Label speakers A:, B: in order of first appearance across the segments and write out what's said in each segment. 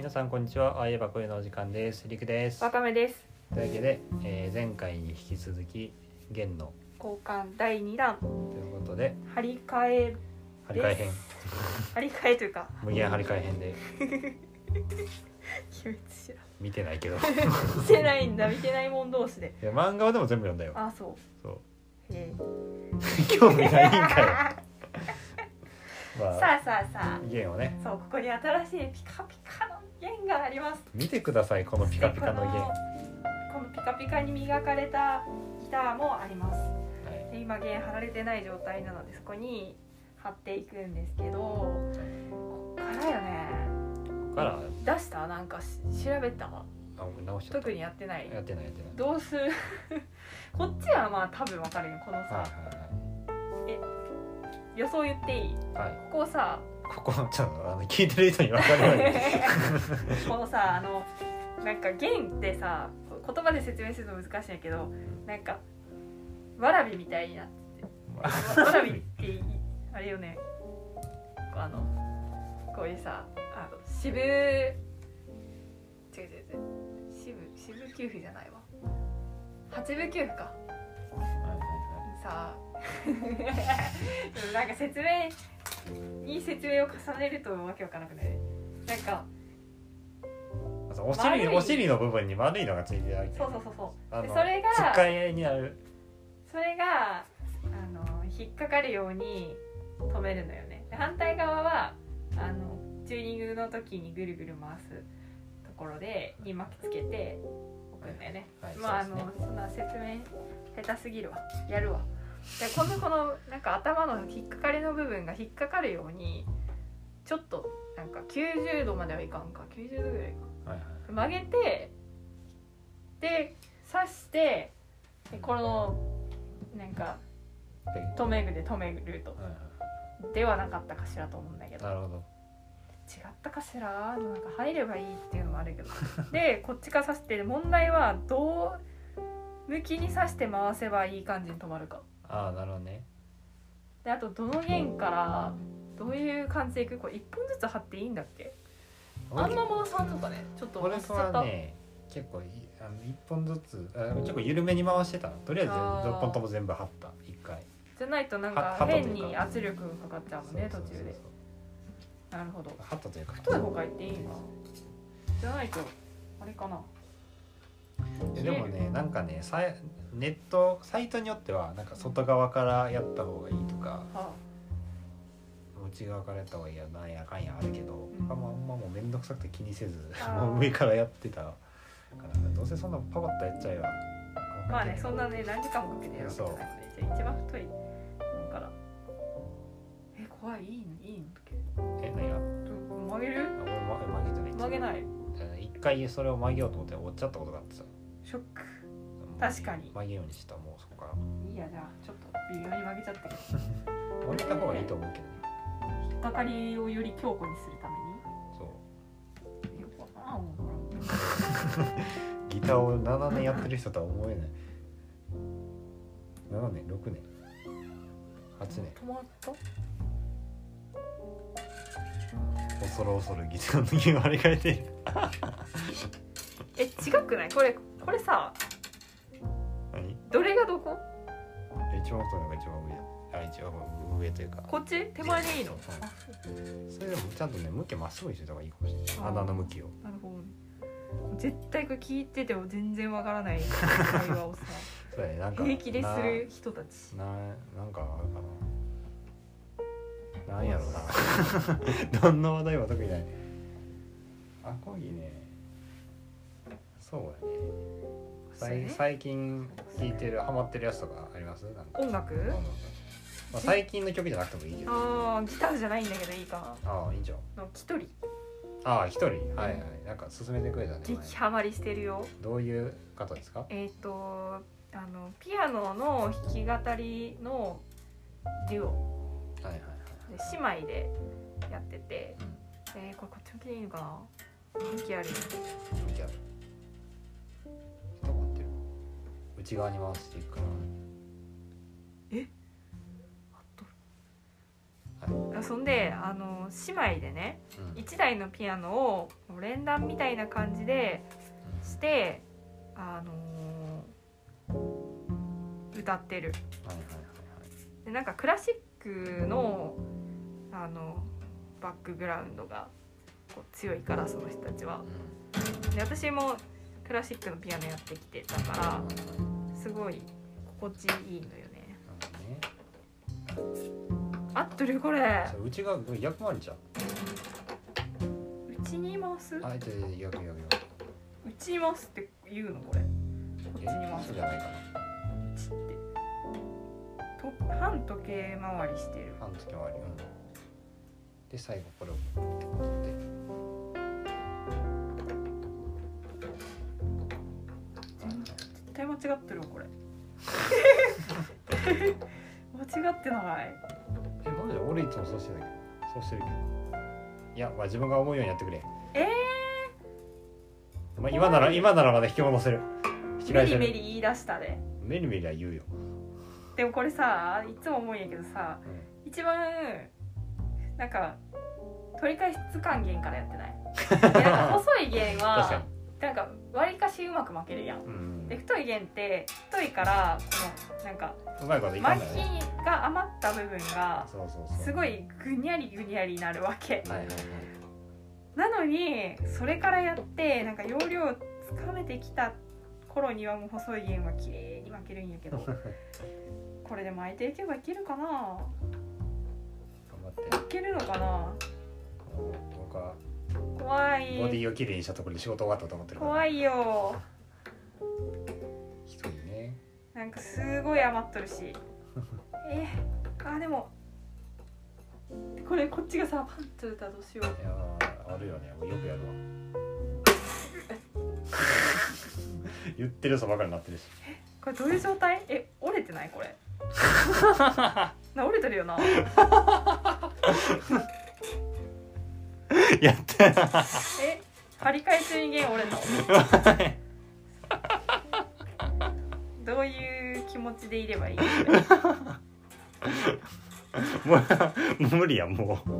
A: 皆さんこんにちは。ああいえばこういうのお時間です。りくです。
B: わかめです。
A: というわけで、前回に引き続き弦の
B: 交換第2弾
A: ということで
B: 張り替え
A: 編
B: 張り替えというか
A: 無限張り替え編で
B: 鬼滅知ら
A: 見てないけど
B: 見てないんだ、見てないもん同士で。
A: いや漫画はでも全部読んだよ。
B: あ、そう
A: そう
B: へ
A: 興味ないんかよまあ、
B: さあ
A: 弦をね
B: そう、ここに新しいピカピカの弦があります。
A: 見てください。このピカピカの弦、
B: このピカピカに磨かれたギターもあります。
A: はい、
B: で今弦貼られてない状態なのでそこに貼っていくんですけど、こっからよね。
A: ここから
B: 出したなんか調べたわ。
A: 直しちゃった。
B: 特にやってない。
A: やってない
B: どうするこっちはまあ多分分かるよ。このさ、予想言っていい？
A: はい、
B: ここさ、
A: ここちょっと聞いてる人に分かるように
B: このさ、なんか弦ってさ、言葉で説明するの難しいんやけど、なんかわらびみたいになってて、わらびってあれよね、こういうさ、四分九符じゃないわ、八分九符かさあなんか説明を重ねるとわけわからなくない？なんか
A: お尻の部分に丸いのがついてるわけ。
B: そうでそれが
A: つっかえになる。
B: それが引っかかるように止めるのよね。で反対側はチューニングの時にぐるぐる回すところに巻きつけておくんだよね。
A: はい、
B: まあそんな説明下手すぎるわ。やるわ。でこのなんか頭の引っかかりの部分が引っかかるようにちょっとなんか90度まではいかんか、90度ぐらいか、曲げてで刺してでこのなんか留め具で留めると、ではなかったかしらと思うんだけど。
A: なるほど。
B: 違ったかしら。なんか入ればいいっていうのもあるけどでこっちから刺して問題はどう向きに刺して回せばいい感じに止まるか。
A: ああ、なるほどね。
B: であとどの弦からどういう感じでいく？これ1本ずつ貼っていいんだっけ？あんま回さんのかね。ちょっと
A: 俺
B: 忘れちゃった。
A: はね結構1本ずつ結構緩めに回してたの。とりあえず6本とも全部貼った1回
B: じゃないとなんか変に圧力がかかっちゃうもんね途中で。なるほど。
A: 貼ったというか
B: 太い方がいっていいな。じゃないとあれかな。
A: でもね、なんかねサイトによってはなんか外側からやった方がいいとか、内側からやった方がいいやなんやかんやあるけど、あんまもうめんどくさくて気にせずもう上からやってたからどうせそんなパパッとやっちゃえば
B: まあね、そんなね何時間もかけてやるわけじゃないので、じゃあ一番太いのから怖い。いいのだけ
A: 何が
B: 曲げる？
A: 俺曲げてない。
B: 曲げない。
A: 一回それを曲げようと思って折っちゃったことがあってさ。
B: ショック。確かに
A: 曲げようにした。もうそこから
B: いいや。じゃあちょっと微妙に曲げちゃって
A: 曲げた方がいいと思うけどね。
B: 引っかかりをより強固にするために。
A: そう
B: よくわからんもん
A: ギターを7年やってる人とは思えない。7年6年8年
B: 止まった。
A: 恐るギターの弦を張り替えている
B: 違くない？これさ、
A: 何？
B: どれがどこ？
A: 一番太いのが一番上。一番上というか
B: こっち？手前でいいの？
A: それでもちゃんとね向きまっすぐにしてた方がいいかもしれない。穴の向きを。
B: なるほど。絶対これ聞いてても全然わからない会話をさ
A: そうやね、なんか
B: 平気でする人たち。
A: なんかあるかな。なんやろうなどんな話題は特にない。アコギね。そうやね。最近聴いてるハマってるやつとかあります？なんか
B: 音楽？
A: まあ、最近の曲じゃなくてもいいけど。
B: ギターじゃないんだけどいいか
A: な。いいんじゃん。
B: 一人。
A: 一人。はい。なんか勧めてくれたね。
B: 激ハマりしてるよ。
A: どういう方ですか？
B: ピアノの弾き語りのデュオ。姉妹でやってて、こっち向きでいいのかな？向きある。
A: 内側に回していくかな。
B: あそんで姉妹でね、1台のピアノを連弾みたいな感じでして歌ってる。でなんかクラシックのバックグラウンドがこう強いから、その人たちは。で私もクラシックのピアノやってきてたからすごい心地いいのよね。合ってるこれ。
A: うちが逆回りじゃん。
B: うちにいます。
A: あ、逆。
B: うちにいますって言うのこれ。こっちにいます
A: じゃないかな。
B: うちって半時計回りしてる。
A: 半時計回り。で最後これをって
B: 絶対間違ってるわこれ。間違ってない。
A: マジで俺いつもそうしてるけど。いや、自分が思うようにやってくれ。今ならまだ引き戻せる。
B: メリメリ言い出したで。
A: メリメリは言うよ。
B: でもこれさ、いつも思うんやけどさ、一番なんか取り返しつかん弦からやってない？なんか細い弦はなんか割かしうまく巻けるやん。で太い弦って太いからこのなんか巻きが余った部分がすごいぐにゃりぐにゃりなるわけ。なのにそれからやってなんか要領をつかめてきた頃にはもう細い弦は綺麗に巻けるんやけどこれで巻いていけばいけるかな。いけるのかな。怖い。
A: ボディをきれいにしたところで仕事終わったと思ってるから。
B: 怖いよ。
A: 一人ね。
B: なんかすごい余っとるし。でもこれこっちがさパンツ打ったらどうしよう。
A: いやあるよね。よくやるわ。言ってるそばかりになってるし。
B: これどういう状態？折れてないこれ。折れてるよな。
A: やった
B: 張り替え中に弦折れた。どういう気持ちでいればいい？
A: もう無理やもう。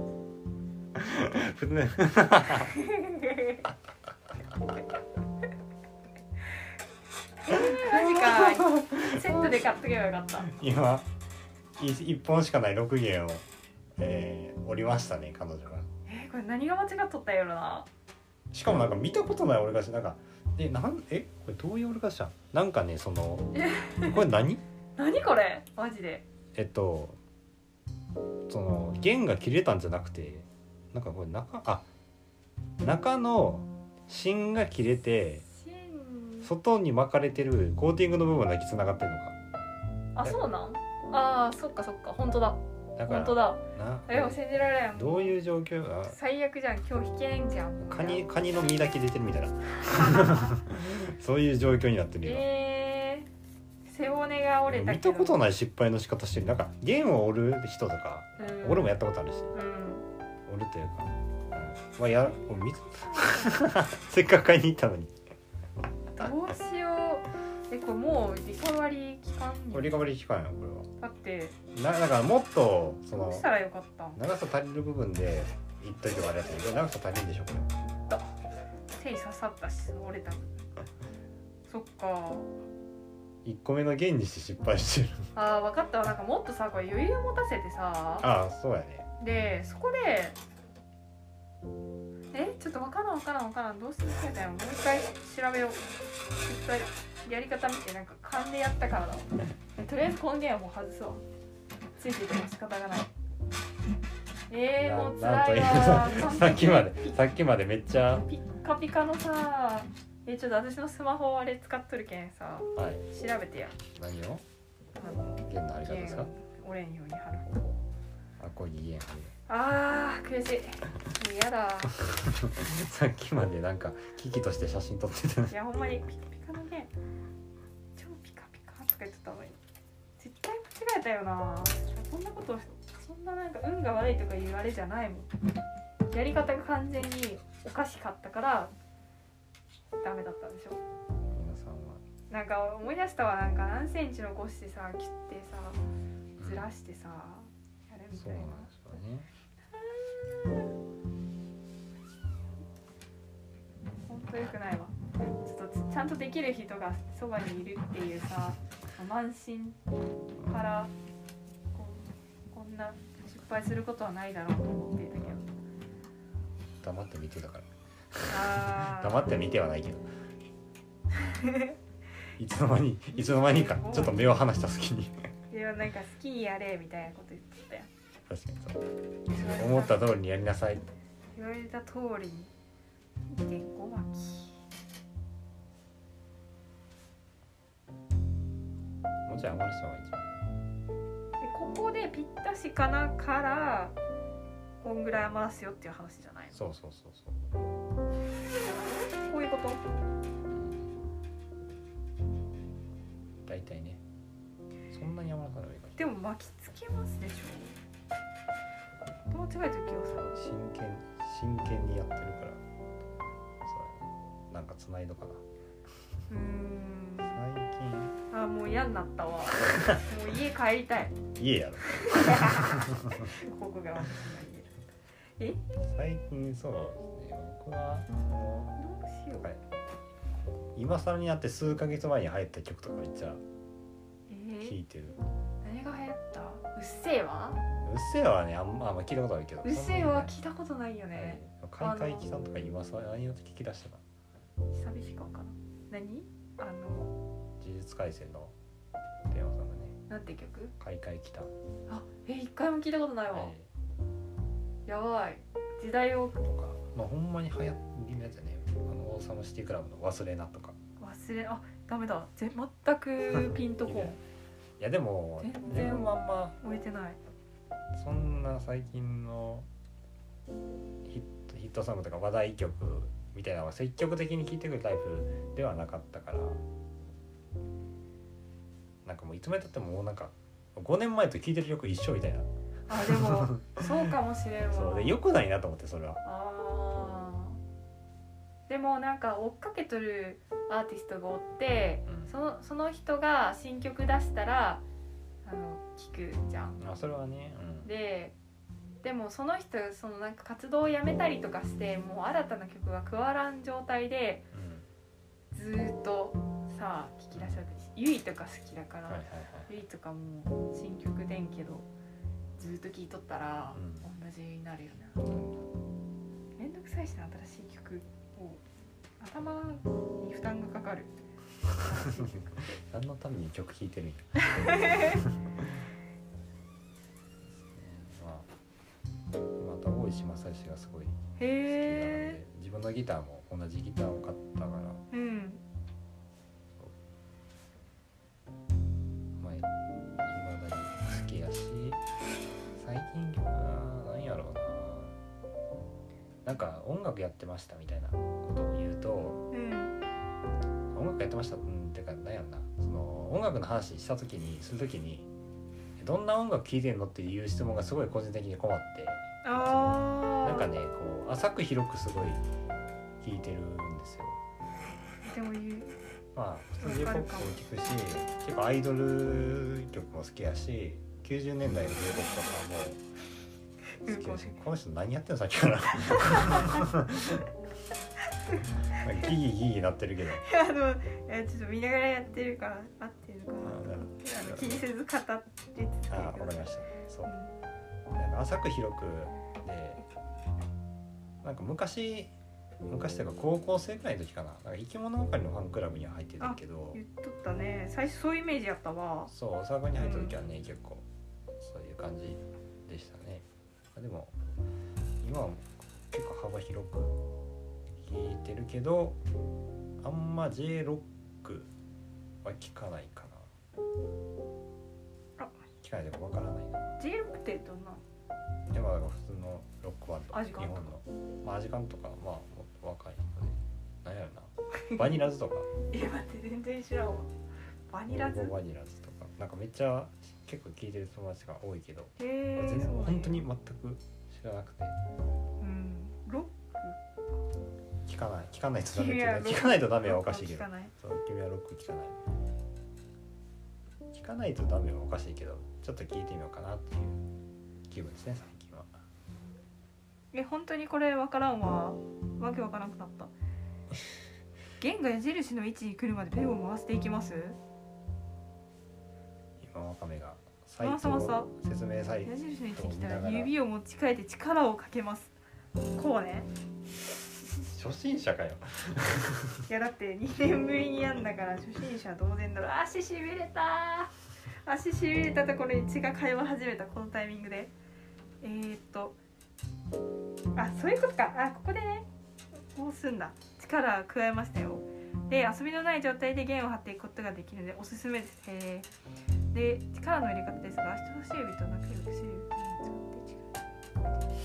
B: マジか。セットで買っとけばよかった。
A: 今1本しかない6弦を、折りましたね彼女が。
B: これ何が間違っとったんやろな。
A: しかもなんか見たことない折り返しなんかこれどういう折り返しじゃん。なんかねこれ何
B: これマジで。
A: その弦が切れたんじゃなくてなんかこれ中の芯が切れて外に巻かれてるコーティングの部分だけ繋がってるのか。
B: そうなん。そっか本当だ。本当だ。でも信じられん。
A: どういう状況？
B: 最悪じゃん。今日弾けんじゃん。
A: カニの身だけ出てるみたいなそういう状況になってるよ。
B: 背骨が折れたけど
A: 見たことない失敗の仕方してる。なんか弦を折る人とか、俺もやったことあるし、折るというか、せっかく買いに行ったのに
B: どうしよう。これもうリカバリー期間に。
A: リカバリー期間やこれは。
B: だって
A: だからもっと
B: どうしたらよかった。
A: 長さ足りる部分で言っといてもあれやつで長さ足りるんでしょこれ。
B: 手に刺さったし折れた。そっか。
A: 1個目の弦にして失敗してる。
B: 分かったわ。なんかもっとさこれ余裕持たせてさ。
A: そうやね。
B: でそこでちょっと分からんどうしてくれたよ。もう一回調べよう。一回やり方見てなんか勘でやったからだ。とりあえずこの弦はもう外すわ。ついてても仕方がない。もう辛いわ。
A: さっきまでめっちゃ
B: ピッカピカのさ。ちょっと私のスマホあれ使っとるけんさ、調べてや。
A: 何を？弦の貼り方ですか？
B: 折れんように貼る方。
A: こういう弦貼
B: る。悔しい。嫌だ。
A: さっきまでなんか機器として写真撮ってた。
B: いやほんまにピカピカの弦超ピカピカとか言ってたのに絶対間違えたよな。そんなことそんななんか運が悪いとかいうあれじゃないもん。やり方が完全におかしかったからダメだったんでしょ。
A: 皆さんは
B: なんか思い出したわ。なんか何センチ残してさ切ってさずらしてさ、やるみたいな。
A: そうなんですよね。
B: ゃんとできる人がそばにいるっていうさ慢心からこんな失敗することはないだろうと思っていたけど
A: 黙って見てたから
B: あ
A: 黙って見てはないけどいつの間にかちょっと目を離した隙に
B: いやなんか好きにやれみたいなこと言ってたよ。
A: 確かにそう思った通りにやりなさい
B: 言われた通りに 2.5 巻
A: もうちょい余らした方がいいじゃん。
B: でここでぴったしかなからこんぐらい余らすよっていう話じゃないの。
A: そうそうそうそう
B: こういうこと
A: 大体ねそんなに余らさない方がいいか
B: でも巻きつけますでしょ。間違えた気がする。
A: 真剣にやってるからそうやね。なんか繋いどかな最近
B: もう嫌になったわもう家帰りたい
A: 家やろ
B: ここが私の家
A: 最近そうですね僕は
B: どうしよう
A: 今更になって数ヶ月前に入った曲とかめっちゃ聴いてる、
B: 何が流行った？うっせぇわ？
A: うっせぇわはねあんま聞いたことあるけど
B: うっせぇわは聞いたことないよね。
A: 開会期さんとか今更何を聞き出したか
B: 久々しかかな。何？
A: 呪術廻戦のテーマさんがね
B: なんて曲？
A: 開会期た
B: 一回も聞いたことないわ、やばい時代を
A: とかまあほんまに流行りのやつやねオーサムシティクラブの忘れなとか
B: ダメだ全くピンとこん
A: いやでも
B: 全然
A: あんま
B: 置いてない。
A: そんな最近のヒットソングとか話題曲みたいなのは積極的に聴いてくるタイプではなかったからなんかもういつまでたってももうなんか5年前と聴いてる曲一緒みたいな
B: でもそうかもしれんわ。
A: そうでよくないなと思ってそれは
B: でもなんか追っかけとるアーティストがおって、その人が新曲出したら聞くじゃん。
A: それはね、
B: でもその人なんか活動をやめたりとかしてもう新たな曲が加わらん状態で、ずっとさ聞き出しちゃってゆいとか好きだから、ゆいとかも新曲でんけどずっと聴いとったら、同じになるよね。めんどくさいしな新しい曲を頭に負担がかかる
A: 何のために曲弾いてるんやまた大石正義がすごい好きなので自分のギターも同じギターを買ったからまあ未だに好きやし最近曲は何やろうななんか音楽やってましたみたいなことを言うと、音楽やってましたってか何やんなその音楽の話するときにどんな音楽聴いてんのっていう質問がすごい個人的に困ってなんかねこう浅く広くすごい聴いてるんですよ。
B: でも
A: まあ普通 J-POP も聴くし結構アイドル曲も好きやし90年代の J-POP とかも好きやしこの人何やってんのさっきからギギギギなってるけど
B: ちょっと見ながらやってるから合ってるかな気にせず語り続ける。
A: わかりました。そう、なんか浅く広くでなんか昔というか高校生くらいの時かななんか生き物係のファンクラブには入ってたけど
B: 言っとったね最初そういうイメージやったわ。
A: そう大阪に入った時はね、結構そういう感じでしたね。でも今は結構幅広く聴いてるけどあんま J ロックは聴かないかな。聴かないでもわからないな。
B: J ロックってどんな
A: でも普通のロックバンド
B: アジカンとか
A: 日本のアジカンとかまあもっと若いので何やろなバニラズとか
B: 待って全然知らんわ。バニラズ
A: バニラズとかなんかめっちゃ結構聴いてる友達が多いけど
B: 全
A: 然本当に全く知らなくて
B: ロッ
A: ク聞かないとダメ聞かないとダメはおかしいけどそう君はロック聞かない聞かないとダメはおかしいけどちょっと聞いてみようかなっていう気分ですね最近は。
B: 本当にこれ分からんわ。わけ分からなくなった弦が矢印の位置に来るまでペグを回していきます。
A: 今ワカメがサイ
B: まさまさ
A: ト説明サイト
B: 矢印の位置に来たら
A: 見ながら
B: 指を持ち替えて力をかけます。こうね。
A: 初心者かよ。
B: いやだって2年ぶりにやんだから初心者同然だろ。足しびれた足しびれたところに血が通い始めたこのタイミングであ、そういうことか。あ、ここでね押すんだ。力を加えましたよ。で、遊びのない状態で弦を張っていくことができるのでおすすめです。で、力の入れ方ですが、人差し指と中指、薬指を使って力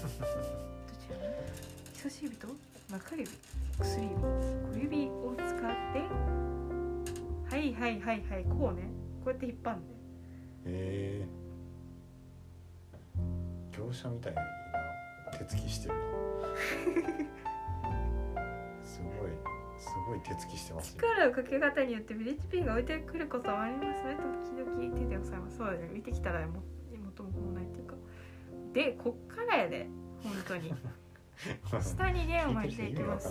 B: 人差し指と中指、薬指、小指を使ってはいはいはいはい、こうね、こうやって引っ張るね。
A: 業者みたいな手つきしてるな。すごい手つきしてますよ。
B: 力をかけ方によってビレッジピンが置いてくることはありますね。時々手で押さえます。そうだね、見てきたら元も子もないっていうか。で、こっからやで、本当に下に弦を巻いていきます。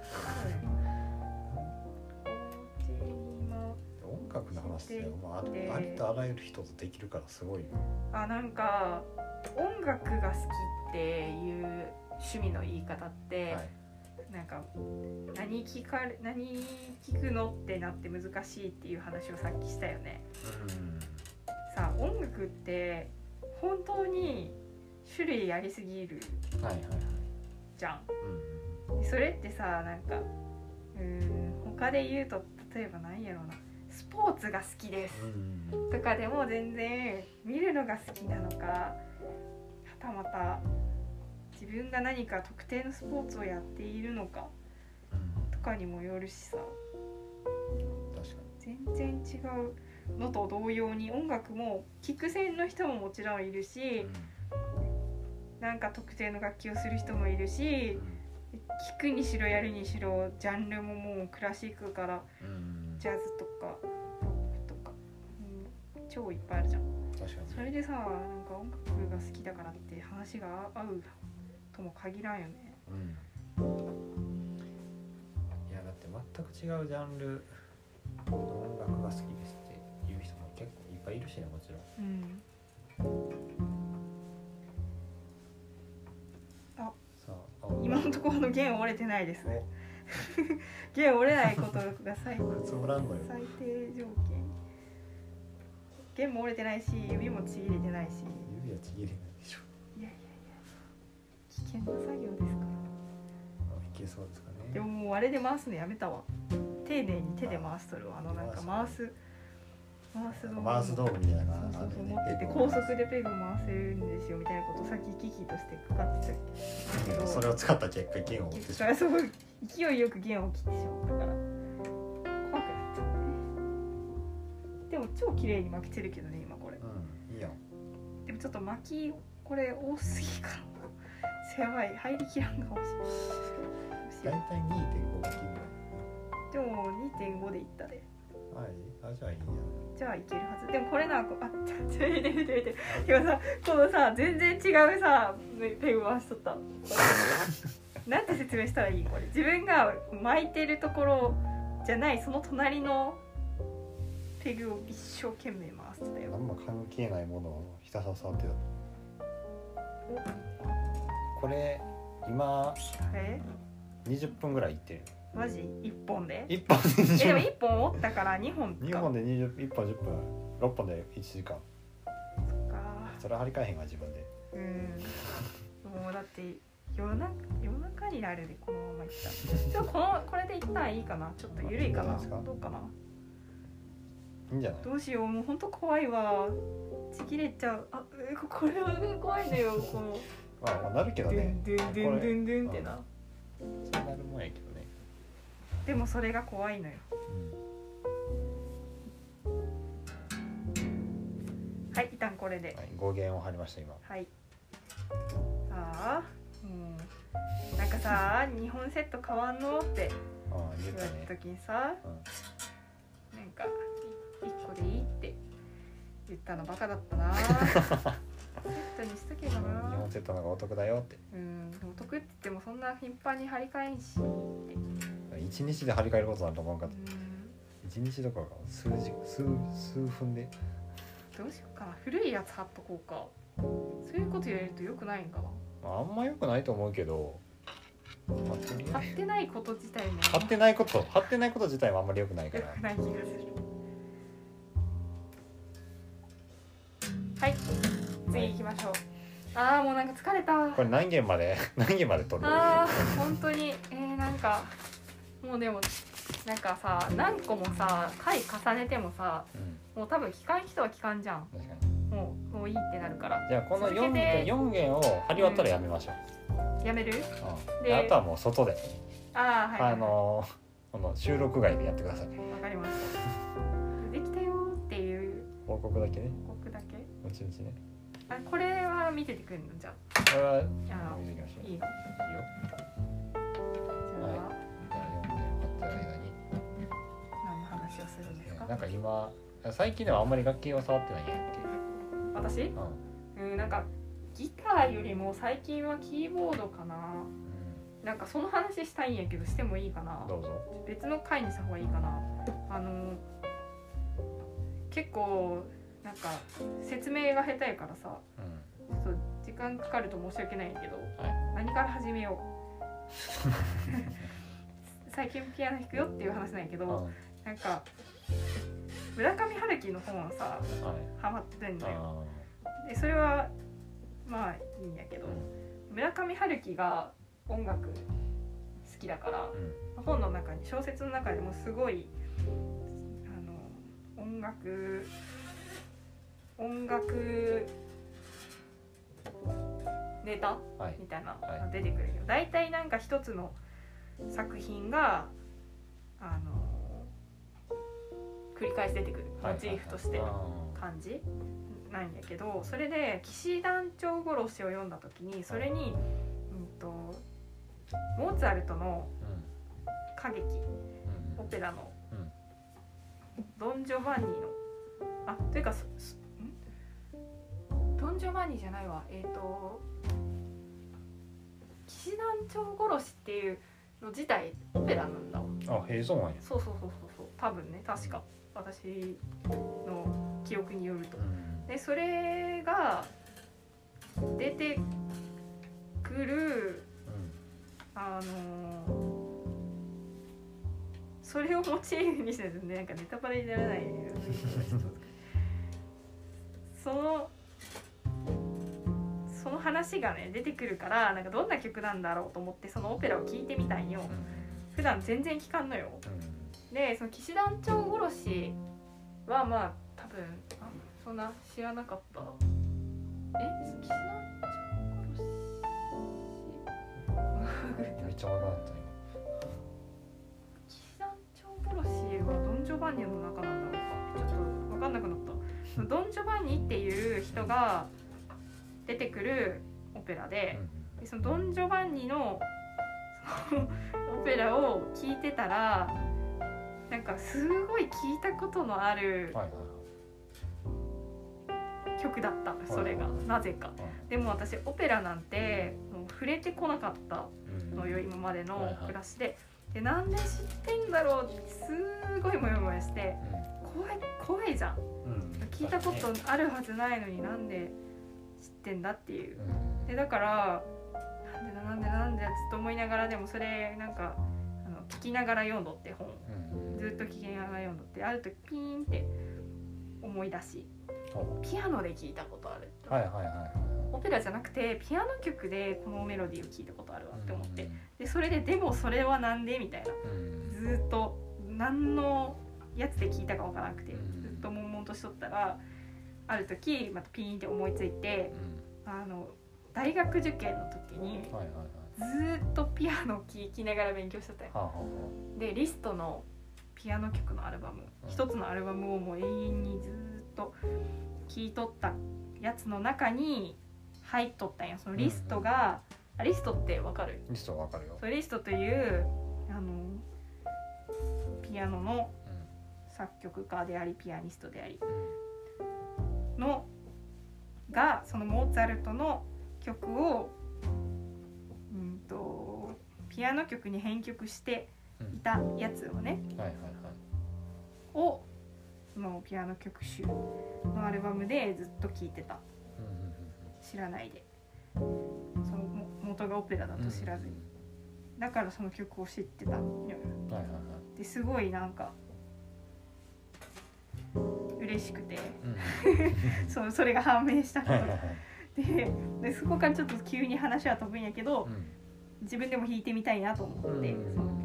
A: 音楽の話で、ありとあらゆる人とできるからすごいよ。
B: あ、なんか音楽が好きっていう趣味の言い方って、はい、なんか何聞くのってなって難しいっていう話をさっきしたよね。さあ、音楽って本当に種類ありすぎるじゃん。それってさ、なんか他で言うと、例えば何やろうな、スポーツが好きですとかでも全然見るのが好きなのか、はたまた自分が何か特定のスポーツをやっているのかとかにもよるしさ、
A: 確かに
B: 全然違うのと同様に音楽も聴く専の人ももちろんいるし、なんか特定の楽器をする人もいるし、聴くにしろやるにしろジャンルももうクラシックからジャズとかロックとか、超いっぱいあるじゃん。
A: 確かに。
B: それでさ、なんか音楽が好きだからって話が合うとも限らんよね。
A: いやだって全く違うジャンルの音楽が好きですっていう人も結構いっぱいいるしね、もちろん。
B: 今のところの弦折れてないですね。弦折れないことが最低条件。弦も折れてないし、指もちぎれてないし。
A: 指はちぎれないでしょ。
B: いや危険な作業ですから。
A: いけそうですかね。
B: でももうあれで回すのやめたわ。丁寧に手で回すとるわ。なんか回す
A: 道具みたいな感じ
B: で持ってて、高速でペグ回せるんですよみたいなことをさっき機器としてかかってたけど、
A: それを使った結果弦を折ってしまう。
B: すごい勢いよく弦を切ってしまったから怖くなっちゃって。でも超綺麗に巻けてるけどね、今これ。
A: いいよ。
B: でもちょっと巻きこれ多すぎかな。やばい、入りきらんかもしれない。
A: だいたい 2.5 巻きぐらい。
B: でも 2.5 でいったで。
A: はい、じゃあいいや。
B: じゃあいけるはず。でもこれな、見て今さ、このさ全然違うさペグ回しとった。なんて説明したらいい？これ自分が巻いてるところじゃない、その隣のペグを一生懸命回してたよ。
A: あんま関係ないものをひたすら触ってた。これ今20分ぐらいいってる。
B: マジ1本で
A: 1本で20分。
B: でも1本折ったから2本か。
A: 2本で1本10分、6本で1時間。
B: そっか。
A: それは張り替えへんわ自分で。
B: もうだって夜中になるでこのままいった。でもこれで一旦いいかな。ちょっと緩いかな。どうかな。
A: いいんじゃない？
B: どうしよう、もう本当怖いわ。ちぎれちゃう。これは怖いのよ。この。
A: まあなるけどね。
B: ドゥンドゥンドゥンドゥンドゥンってな。
A: そうなるもんやけどね。
B: でもそれが怖いのよ。はい、一旦これで。
A: 語源を貼りました今。
B: はい。さあ、なんかさ、2本セット変わんのって言われた時にさ、なんか1個でいいって言ったのバカだったな。セットにしとけばな。
A: 2本セットの方がお得だよって。
B: お得って言ってもそんな頻繁に張り替えんしって。
A: 1日で張り替えることなんて思わんかっ
B: う
A: た。
B: ん
A: 1日どころか数分で。
B: どうしようかな、古いやつ貼っとこうか。そういうこと言われるとよくないんかな。
A: あんま良くないと思うけど、
B: 貼ってないこと自体も
A: 貼ってないこと自体はあんまり良くないから
B: よくない気がする。はい、次行きましょう。あーもうなんか疲れた。
A: これ何件まで撮る？
B: あー本当になんかもうでもなんかさ、何個もさ回重ねてもさ、
A: うん、
B: もう多分聞かん人は聞かんじゃん。
A: 確かに。
B: もういいってなるから。
A: じゃあこの
B: 続けて
A: 4件を貼り終わったらやめましょう。
B: やめる？
A: うん、
B: で
A: あとはもう外で、
B: あーはい、はい、
A: この収録外でやってください。
B: わかりました。できたよっていう
A: 報告だけね。
B: 報告だけ。
A: うちね。
B: あ、これは見ててくれるの？じゃあ
A: これは
B: 見
A: ていきましょう。
B: いいの？
A: いいよ。
B: じゃあ、
A: じゃあ4件貼ってる間に、
B: 何の話をするんですか？
A: なんか今最近ではあんまり楽器を触ってないんやっ
B: 私？
A: け。
B: なんかギターよりも最近はキーボードかな。なんかその話したいんやけどしてもいいかな。
A: どうぞ。
B: 別の回にした方がいいかな。結構なんか説明が下手やからさ、ちょっと時間かかると申し訳ないんやけど、
A: はい、
B: 何から始めよう。最近ピアノ弾くよっていう話なんやけど、なんか村上春樹の本をさ、ハマってんのよ。でそれはまあいいんやけど、村上春樹が音楽好きだから、本の中に小説の中でもすごい音楽ネタ、みたいなのが出てくるよ。だいたいなんか一つの作品が繰り返し出てくるモチーフとして感じなんやけど、それで騎士団長殺しを読んだ時にそれに、モーツァルトの歌劇、オペラのドン・ジョバンニのというかドン・ジョバンニじゃないわ、騎士団長殺しっていうの自体オペラなんだわ。
A: あ、へえ、そうなんや。
B: そう多分ね、確か私の記憶によると、でそれが出てくる、それをモチーフにしてるんで、なんかネタバレにならないようにその話がね出てくるから、なんかどんな曲なんだろうと思ってそのオペラを聴いてみたんよ。普段全然聴かんのよ。でその騎士団長殺しはまあ多分そんな知らなかった。騎士団長殺し
A: めっちゃ分かった今。
B: 騎士団長殺しはドン・ジョバンニの中なんだろうか、ちょっと分かんなくなった。ドン・ジョバンニっていう人が出てくるオペラで、そのドン・ジョバンニのオペラを聴いてたら、なんかすごい聴いたことのある曲だった、それがなぜか。でも私オペラなんてもう触れてこなかったのよ、今までの暮らしで。でなんで知ってんだろうってすごいモヤモヤして、怖いじゃん、聞いたことあるはずないのになんで知ってんだっていう。でだからなんでずっと思いながら、でもそれなんか聞きながら読んどって本、ずっと聞きながら読んどって、ある時ピーンって思い出し、ピアノで聞いたことある、オペラじゃなくてピアノ曲でこのメロディーを聞いたことあるわって思って、でそれもそれはなんでみたいな、ずっと何のやつで聞いたかわからなくてずっと悶々としとったら、ある時またピーンって思いついて、大学受験の時にずっとピアノを聴きながら勉強してたよ。でリストのピアノ曲のアルバム、一つのアルバムをもう永遠にずっと聴いとったやつの中に入っとったんや。そのリストが、リストってわかる？
A: リストわかるよ。
B: それリストというピアノの作曲家でありピアニストでありのが、そのモーツァルトの曲をピアノ曲に編曲していたやつをね、
A: はいはいはい
B: をそのピアノ曲集のアルバムでずっと聴いてた。知らないで、その元がオペラだと知らずに、だからその曲を知ってたのよ。
A: はいはいはい。
B: ですごいなんか嬉しくて、それが判明したことでそこからちょっと急に話は飛ぶんやけど、自分でも弾いてみたいなと思って、その曲を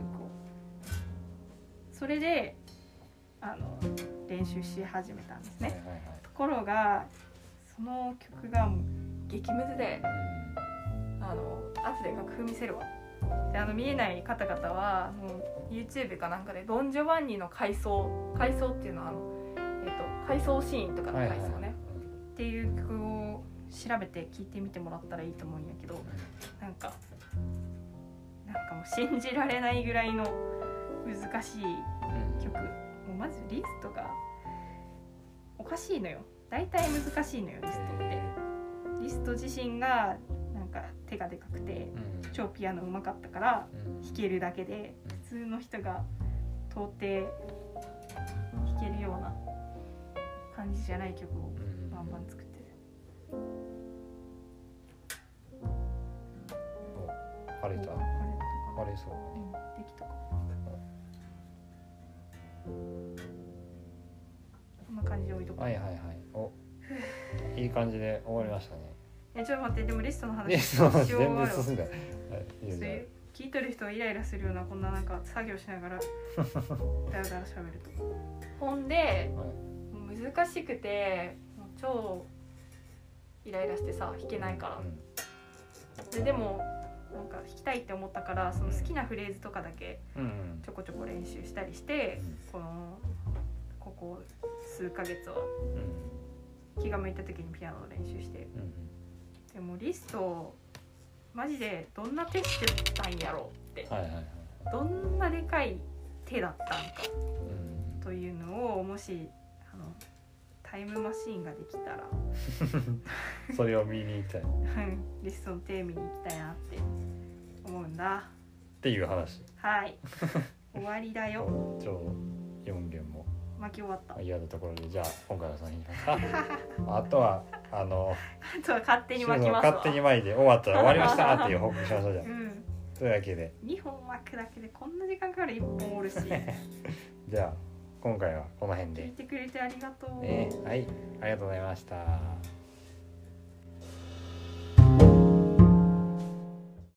B: それで練習し始めたんですね。ところがその曲がもう激ムズで、後で楽譜見せるわ。で見えない方々はもう YouTube かなんかでドン・ジョバンニの回想っていうのは回想シーンとかの回想ね、っていう曲を調べて聴いてみてもらったらいいと思うんやけど、なんかもう信じられないぐらいの難しい曲、もうまずリストがおかしいのよ。大体難しいのよ、リストって。リスト自身がなんか手がでかくて、超ピアノ上手かったから弾けるだけで、普通の人が到底弾けるような感じじゃない曲をバンバン作ってる。
A: 晴れた？晴れそう。
B: できたか。こんな感じで置いとこう。
A: はいはいはい。いい感じで終わりましたね。
B: ちょっと待って、でもリストの話
A: しようあるわ。聞
B: いとる人はイライラするような、こんななんか作業しながらだらだら喋ると。ほんで、難しくてもう超イライラしてさ、弾けないから、でもなんか弾きたいって思ったから、その好きなフレーズとかだけちょこちょこ練習したりして、ここ数ヶ月は気が向いた時にピアノを練習して、でもリストマジでどんな手してたんやろうって、どんなでかい手だったんか、というのを、もしタイムマシーンができたら
A: それを見に行きたい
B: リストの手見に行きたいなって思うんだ
A: っていう話。
B: はい終わりだよ。
A: ちょうど4弦も
B: 巻き終わった。
A: 嫌なところで、じゃあ今回はその辺にします。あとは
B: あとは勝手に巻きますわ。
A: 勝手に巻いて終わったら終わりましたっていう報告しましょうじゃん。というわけで
B: 2本巻くだけでこんな時間かかる。1本おるし
A: じゃあ今回はこの辺で
B: 聞いてくれてありがとう、
A: はい、ありがとうございました。